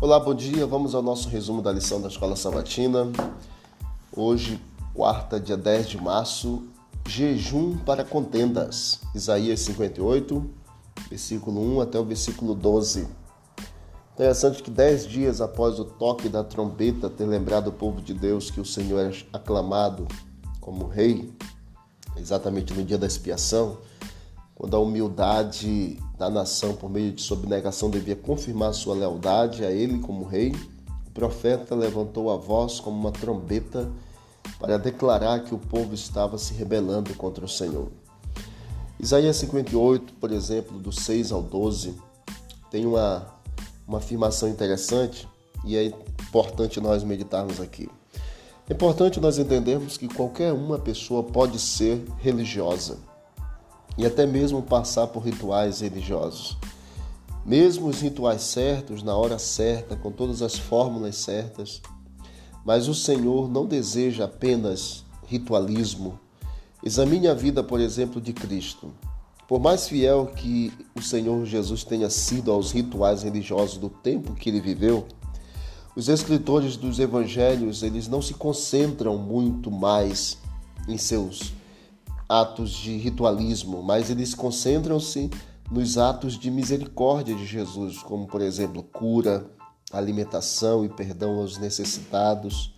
Olá, bom dia. Vamos ao nosso resumo da lição da Escola Sabatina. Hoje, quarta, dia 10 de março, jejum para contendas. Isaías 58, versículo 1 até o versículo 12. Interessante que 10 dias após o toque da trombeta ter lembrado o povo de Deus que o Senhor é aclamado como rei, exatamente no dia da expiação, quando a humildade da nação por meio de sua abnegação devia confirmar sua lealdade a ele como rei, o profeta levantou a voz como uma trombeta para declarar que o povo estava se rebelando contra o Senhor. Isaías 58, por exemplo, do 6 ao 12, tem uma afirmação interessante e é importante nós meditarmos aqui. É importante nós entendermos que qualquer uma pessoa pode ser religiosa e até mesmo passar por rituais religiosos. Mesmo os rituais certos, na hora certa, com todas as fórmulas certas, mas o Senhor não deseja apenas ritualismo. Examine a vida, por exemplo, de Cristo. Por mais fiel que o Senhor Jesus tenha sido aos rituais religiosos do tempo que ele viveu, os escritores dos evangelhos, eles não se concentram muito mais em seus atos de ritualismo, mas eles concentram-se nos atos de misericórdia de Jesus, como, por exemplo, cura, alimentação e perdão aos necessitados.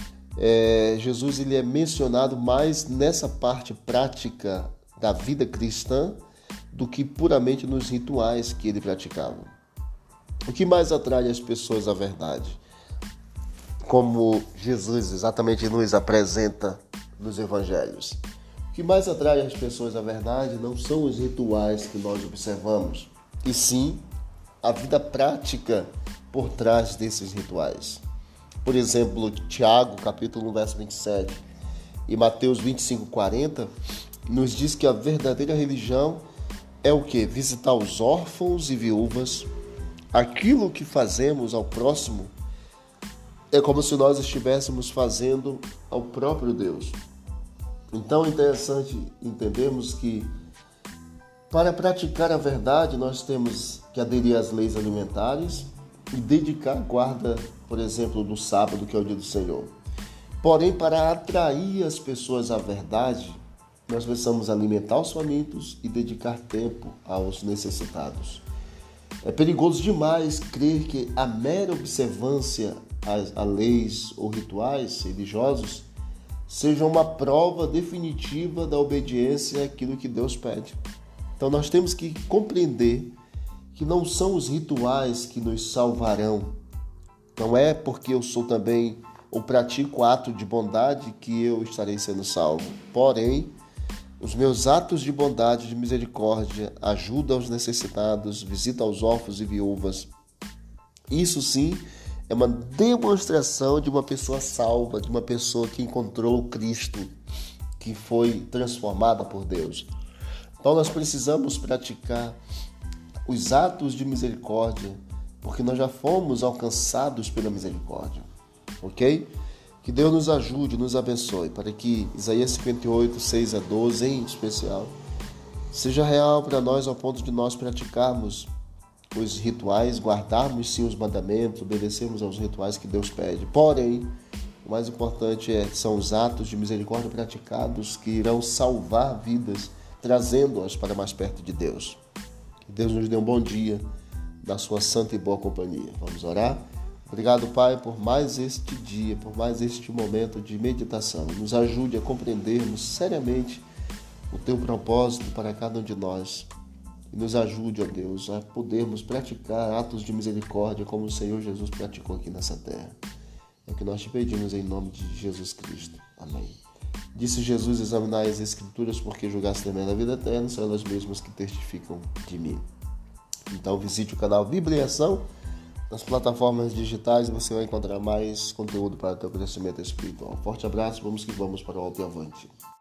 Jesus ele é mencionado mais nessa parte prática da vida cristã do que puramente nos rituais que ele praticava. O que mais atrai as pessoas à verdade? Como Jesus exatamente nos apresenta nos evangelhos. O que mais atrai as pessoas à verdade não são os rituais que nós observamos, e sim a vida prática por trás desses rituais. Por exemplo, Tiago, capítulo 1, verso 27, e Mateus 25, 40, nos diz que a verdadeira religião é o quê? Visitar os órfãos e viúvas. Aquilo que fazemos ao próximo é como se nós estivéssemos fazendo ao próprio Deus. Então é interessante entendermos que para praticar a verdade nós temos que aderir às leis alimentares e dedicar a guarda, por exemplo, do sábado, que é o dia do Senhor. Porém, para atrair as pessoas à verdade, nós precisamos alimentar os famintos e dedicar tempo aos necessitados. É perigoso demais crer que a mera observância a leis ou rituais religiosos seja uma prova definitiva da obediência àquilo que Deus pede. Então nós temos que compreender que não são os rituais que nos salvarão. Não é porque eu sou também ou pratico ato de bondade que eu estarei sendo salvo. Porém, os meus atos de bondade, de misericórdia, ajuda aos necessitados, visita aos órfãos e viúvas. Isso sim é uma demonstração de uma pessoa salva, de uma pessoa que encontrou Cristo, que foi transformada por Deus. Então nós precisamos praticar os atos de misericórdia, porque nós já fomos alcançados pela misericórdia, ok? Que Deus nos ajude, nos abençoe, para que Isaías 58, 6 a 12, em especial, seja real para nós ao ponto de nós praticarmos os rituais, guardarmos sim os mandamentos, obedecermos aos rituais que Deus pede. Porém, o mais importante são os atos de misericórdia praticados que irão salvar vidas, trazendo-as para mais perto de Deus. Que Deus nos dê um bom dia na sua santa e boa companhia. Vamos orar? Obrigado, Pai, por mais este dia, por mais este momento de meditação. Nos ajude a compreendermos seriamente o Teu propósito para cada um de nós. E nos ajude, ó Deus, a podermos praticar atos de misericórdia como o Senhor Jesus praticou aqui nessa terra. É o que nós te pedimos em nome de Jesus Cristo. Amém. Disse Jesus: examinai as Escrituras, porque julgaste também a vida eterna, são elas mesmas que testificam de mim. Então visite o canal Bíblia em Ação nas plataformas digitais e você vai encontrar mais conteúdo para o teu crescimento espiritual. Forte abraço, vamos que vamos para o alto e avante.